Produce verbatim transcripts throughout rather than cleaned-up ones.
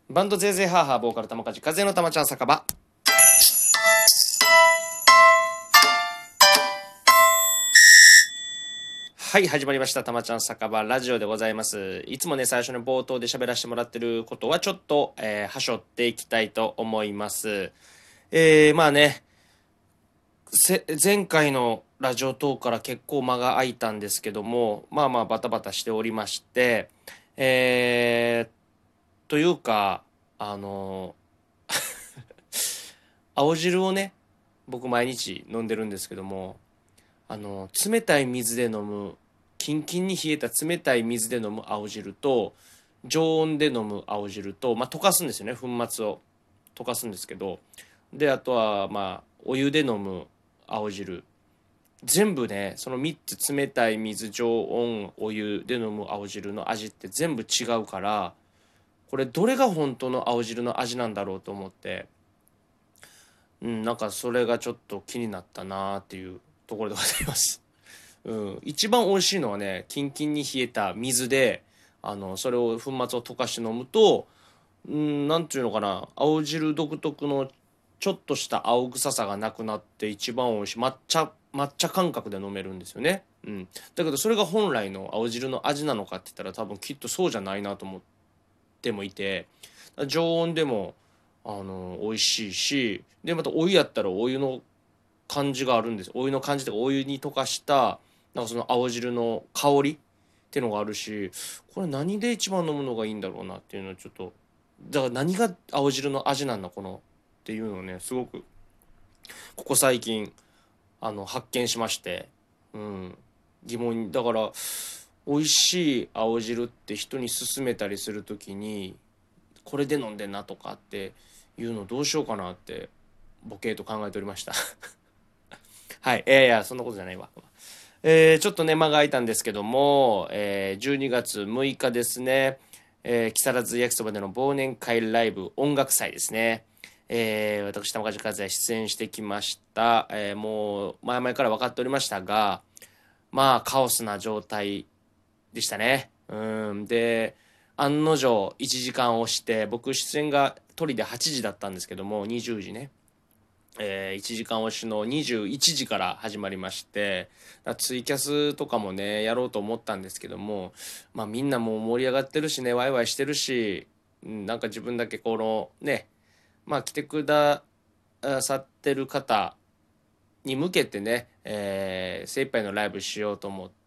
バンドゼーゼーハーハーボーカル玉梶風の玉ちゃん酒場。はい、始まりました玉ちゃん酒場ラジオでございます。いつもね最初の冒頭で喋らせてもらってることはちょっと、えー、はしょっていきたいと思います。えー、まあね前回のラジオトークから結構間が空いたんですけども、まあまあバタバタしておりまして、えー、というかあの青汁をね僕毎日飲んでるんですけども、あの冷たい水で飲むキンキンに冷えた冷たい水で飲む青汁と常温で飲む青汁と、まあ、溶かすんですよね、粉末を溶かすんですけど、であとはまあお湯で飲む青汁、全部ねそのみっつ、冷たい水、常温、お湯で飲む青汁の味って全部違うから、これどれが本当の青汁の味なんだろうと思って、うん、なんかそれがちょっと気になったなーっていうところでございます。うん、一番美味しいのはねキンキンに冷えた水で、あのそれを粉末を溶かして飲むと、うん、なんていうのかな、青汁独特のちょっとした青臭さがなくなって一番美味しい抹茶抹茶感覚で飲めるんですよね。うん、だけどそれが本来の青汁の味なのかって言ったら多分きっとそうじゃないなと思ってもいて、常温でもあの美味しいし、でまたお湯やったらお湯の感じがあるんです。お湯の感じとかお湯に溶かしたなんかその青汁の香りっていうのがあるし、これ何で一番飲むのがいいんだろうなっていうのはちょっと、だから何が青汁の味なんだこのっていうのをねすごくここ最近あの発見しまして、うん、疑問にだから、美味しい青汁って人に勧めたりするときにこれで飲んでんなとかっていうのどうしようかなってボケーと考えておりました。はい、いやいやそんなことじゃないわ。えーちょっとね間が空いたんですけども、えーじゅうにがつむいかですね、えー木更津焼きそばでの忘年会ライブ音楽祭ですね。えー私玉梶和也出演してきました。えーもう前々から分かっておりましたが、まあカオスな状態でしたね。うんで案の定いちじかん押して、僕出演が鳥ではちじだったんですけどもにじゅうじね、えー、いちじかん押しのにじゅういちじから始まりまして、ツイキャスとかもねやろうと思ったんですけども、まあ、みんなもう盛り上がってるしね、ワイワイしてるし、うん、なんか自分だけこのね、まあ来てくださってる方に向けてね、えー、精一杯のライブしようと思って、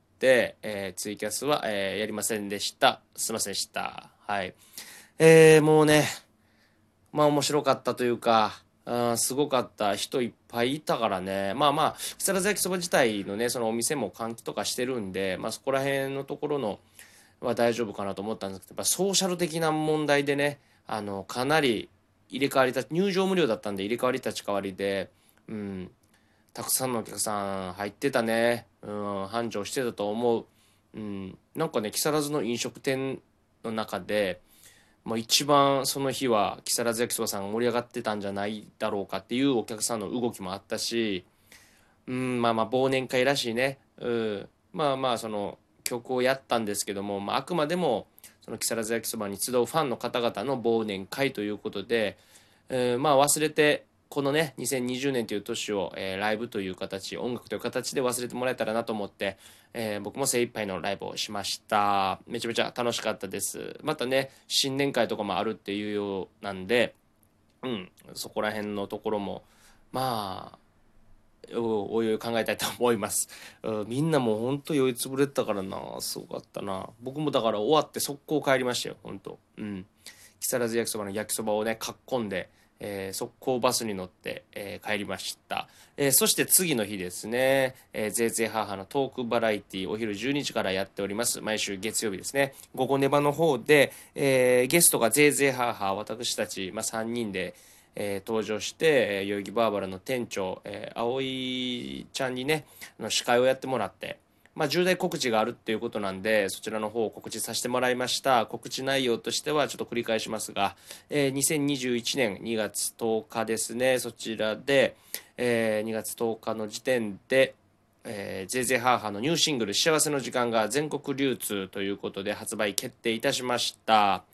えー、ツイキャスは、えー、やりませんでした。すいませんでした。はい。えー、もうね、まあ面白かったというか、あすごかった、人いっぱいいたからね。まあまあ木更津焼きそば自体のねそのお店も換気とかしてるんで、まあ、そこら辺のところのは大丈夫かなと思ったんですけど、やっぱソーシャル的な問題でね、あのかなり入れ替わりた入場無料だったんで入れ替わり立ち替わりで、うん、たくさんのお客さん入ってたね。うん、繁盛してたと思う。うん、なんかね木更津の飲食店の中でもう一番その日は木更津焼きそばさんが盛り上がってたんじゃないだろうかっていうお客さんの動きもあったし、うん、まあまあ忘年会らしいね、うん、まあまあその曲をやったんですけども、まあ、あくまでもその木更津焼きそばに集うファンの方々の忘年会ということで、えーまあ忘れてこのねにせんにじゅうねんという年を、えーライブという形、音楽という形で忘れてもらえたらなと思って、えー僕も精一杯のライブをしました。めちゃめちゃ楽しかったです。またね新年会とかもあるっていうようなんで、うん、そこら辺のところもまあおおいおい考えたいと思います。うん、みんなもうほんと酔いつぶれてたからな、すごかったな。僕もだから終わって速攻帰りましたよ、ほんと。うん。木更津焼きそばの焼きそばをねかっこんで、えー速攻バスに乗って、えー帰りました。えーそして次の日ですね、えー、ぜいぜい母のトークバラエティお昼じゅうにじからやっております。毎週月曜日ですね、午後ネバの方で、えーゲストがぜいぜい母、私たち、まあ、さんにんでえー登場して、えー代々木バーバラの店長、えー、葵ちゃんにねあの司会をやってもらって、まあ、重大告知があるっていうことなんでそちらの方を告知させてもらいました。告知内容としてはちょっと繰り返しますが、えーにせんにじゅういちねんにがつとおかですね、そちらで、えーにがつとおかの時点でえー、ぜいぜいハーハーのニューシングル「幸せの時間」が全国流通ということで発売決定いたしました。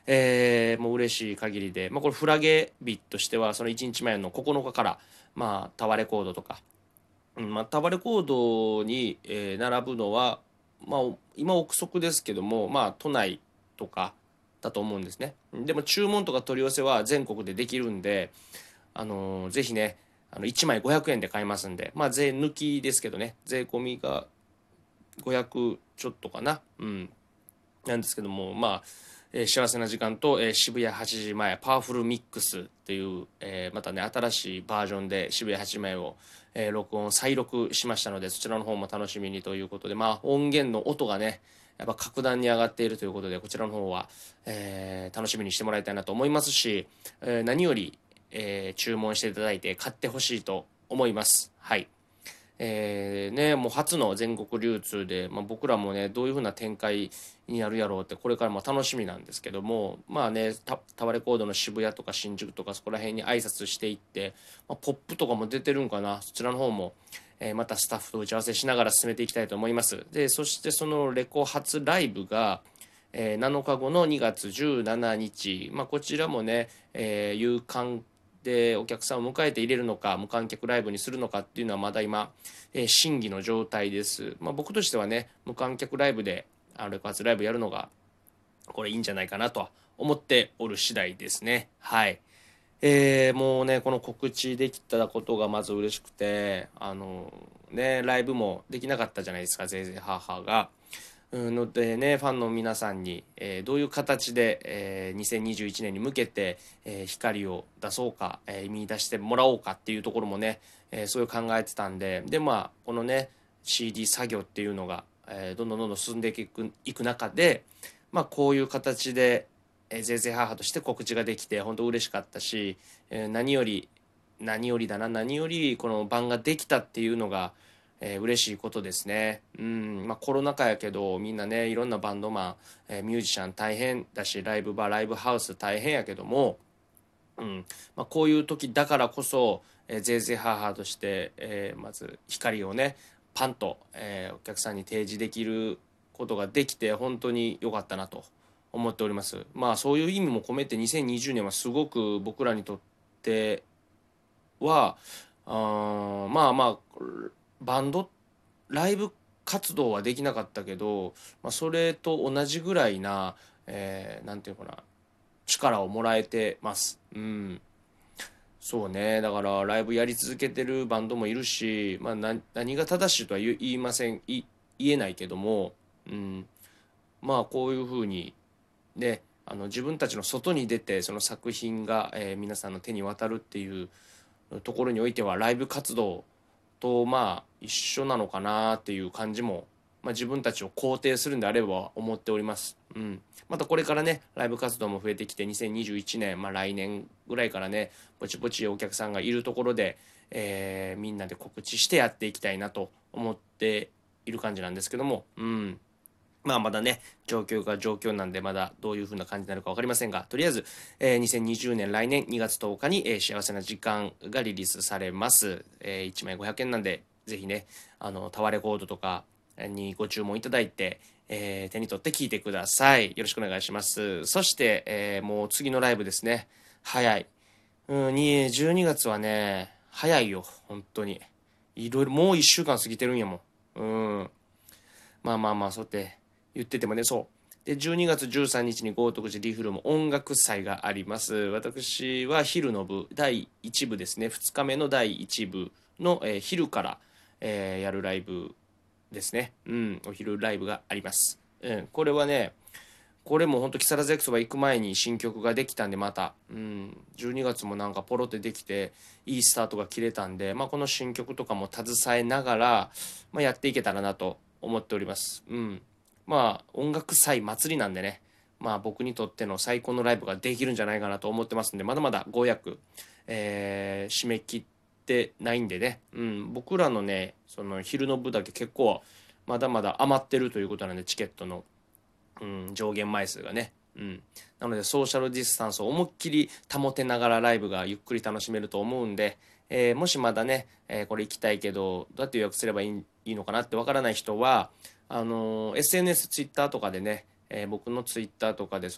えーもう嬉しい限りで、まあ、これフラゲ日としてはそのいちにちまえのここのかから、まあ、タワーレコードとか、うんまあ、タワーレコードに、えー並ぶのは、まあ、今憶測ですけども、まあ、都内とかだと思うんですね。でも注文とか取り寄せは全国でできるんで、あのーぜひね、あのいちまいごひゃくえんで買えますんで、まあ、税抜きですけどね、税込みがごひゃくちょっとかな、うん、なんですけども、まあ、えー幸せな時間と、えー渋谷はちじまえパワフルミックスっていう、えーまたね新しいバージョンで渋谷はちじまえを、えー録音再録しましたので、そちらの方も楽しみにということで、まあ音源の音がねやっぱ格段に上がっているということで、こちらの方は、えー楽しみにしてもらいたいなと思いますし、えー何より、えー注文していただいて買ってほしいと思います。はい。えーね、もう初の全国流通で、まあ、僕らもねどういう風な展開になるやろうってこれからも楽しみなんですけども、まあねタタワレコードの渋谷とか新宿とかそこら辺に挨拶していって、まあ、ポップとかも出てるんかな、そちらの方も、えーまたスタッフと打ち合わせしながら進めていきたいと思います。でそしてそのレコ発ライブが、えーなのかごのにがつじゅうしちにち、まあ、こちらもね、えー有観でお客さんを迎えて入れるのか無観客ライブにするのかっていうのはまだ今、えー審議の状態です。まあ、僕としてはね無観客ライブであのレコ発ライブやるのがこれいいんじゃないかなとは思っておる次第ですね。はい。えーもうねこの告知できたことがまず嬉しくて、あのねライブもできなかったじゃないですか、ぜいぜいハーハーが。うんのでねファンの皆さんに、えーどういう形で、えーにせんにじゅういちねんに向けて、えー光を出そうか、えー見出してもらおうかっていうところもね、えーそういう考えてたんで、でまあこのね シーディー 作業っていうのが、えーどんどんどんどん進んでいくいく中で、まあこういう形で、えー、ぜいぜい母として告知ができて本当嬉しかったし、えー何より何よりだな何よりこの番ができたっていうのが、えー嬉しいことですね。うんまあ、コロナ禍やけどみんなねいろんなバンドマン、えーミュージシャン大変だし、ライブバーライブハウス大変やけども、うんまあ、こういう時だからこそ、えー、ぜいぜいハーハーとして、えーまず光をねパンと、えーお客さんに提示できることができて本当に良かったなと思っております。まあそういう意味も込めてにせんにじゅうねんはすごく僕らにとってはあーまあまあバンドライブ活動はできなかったけど、まあ、それと同じぐらいな、えーなんていうのかな、力をもらえてます。うん。そうね。だからライブやり続けてるバンドもいるし、まあ、な何が正しいとは言い言いません、い言えないけども、うん。まあこういうふうにね、あの自分たちの外に出てその作品が、えー皆さんの手に渡るっていうところにおいてはライブ活動とまあ一緒なのかなっていう感じも、まあ、自分たちを肯定するんであれば思っております。うん、またこれからねライブ活動も増えてきてにせんにじゅういちねん、まあ、来年ぐらいからねぼちぼちお客さんがいるところで、えーみんなで告知してやっていきたいなと思っている感じなんですけども、うんまあまだね、状況が状況なんで、まだどういう風な感じになるか分かりませんが、とりあえず、えーにせんにじゅうねん来年にがつとおかに、えー幸せな時間がリリースされます。えーいちまいごひゃくえんなんで、ぜひね、あの、タワーレコードとかにご注文いただいて、えー手に取って聞いてください。よろしくお願いします。そして、えーもう次のライブですね。早い。うん、にじゅうにがつはね、早いよ、本当に。いろいろ、もういっしゅうかん過ぎてるんやもん。うん。まあまあまあ、そうやって言っててもね、そう。で、じゅうにがつじゅうさんにちに豪徳寺リーフルーム音楽祭があります。私は昼の部、だいいち部ですね、ふつかめのだいいち部の、えー昼から、えーやるライブですね。うん、お昼ライブがあります。うん、これはね、これも本当木更津焼きそば行く前に新曲ができたんでまた、うん、じゅうにがつもなんかポロってできていいスタートが切れたんで、まあ、この新曲とかも携えながら、まあ、やっていけたらなと思っております。うん、まあ音楽祭祭りなんでね、まあ僕にとっての最高のライブができるんじゃないかなと思ってますんで、まだまだご予約、えー締め切ってないんでね、うん、僕らのねその昼の部だけ結構まだまだ余ってるということなんで、チケットのうん、上限枚数がね、うん、なのでソーシャルディスタンスを思いっきり保てながらライブがゆっくり楽しめると思うんで、えーもしまだね、えーこれ行きたいけどどうやって予約すればいいいいのかなってわからない人はあのー エスエヌエス ツイッターとかでね、えー僕のツイッターとかでその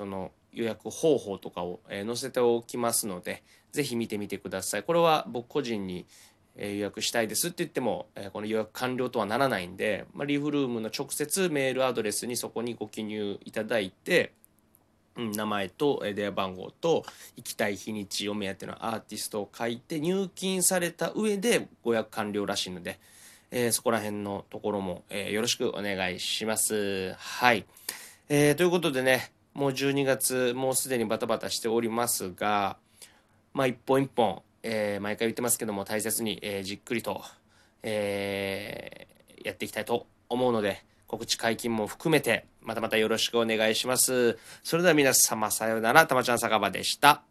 予約方法とかを、えー載せておきますので、ぜひ見てみてください。これは僕個人に、えー予約したいですって言っても、えーこの予約完了とはならないんで、まあ、リーフルームの直接メールアドレスにそこにご記入いただいて、うん、名前とえー電話番号と行きたい日にち、お目当てのアーティストを書いて入金された上でご予約完了らしいので、えーそこら辺のところも、えーよろしくお願いします。はい。えーということでね、もうじゅうにがつ、もうすでにバタバタしておりますが、まあ一本一本、えー毎回言ってますけども、大切に、えーじっくりと、えーやっていきたいと思うので、告知解禁も含めて、またまたよろしくお願いします。それでは皆様さようなら、たまちゃん酒場でした。